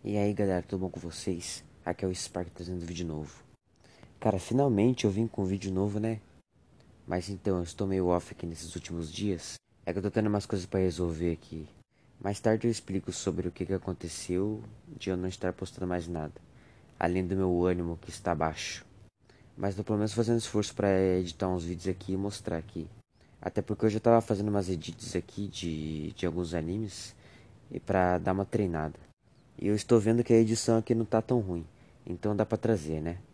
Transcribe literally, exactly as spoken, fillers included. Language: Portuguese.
E aí galera, tudo bom com vocês? Aqui é o Spark trazendo vídeo novo. Cara, finalmente eu vim com um vídeo novo, né? Mas então, eu estou meio off aqui nesses últimos dias. É que eu tô tendo umas coisas pra resolver aqui. Mais tarde eu explico sobre o que que aconteceu de eu não estar postando mais nada. Além do meu ânimo que está baixo. Mas tô pelo menos fazendo esforço pra editar uns vídeos aqui e mostrar aqui. Até porque eu já tava fazendo umas edits aqui de, de alguns animes. E pra dar uma treinada. E eu estou vendo que a edição aqui não tá tão ruim. Então dá pra trazer, né?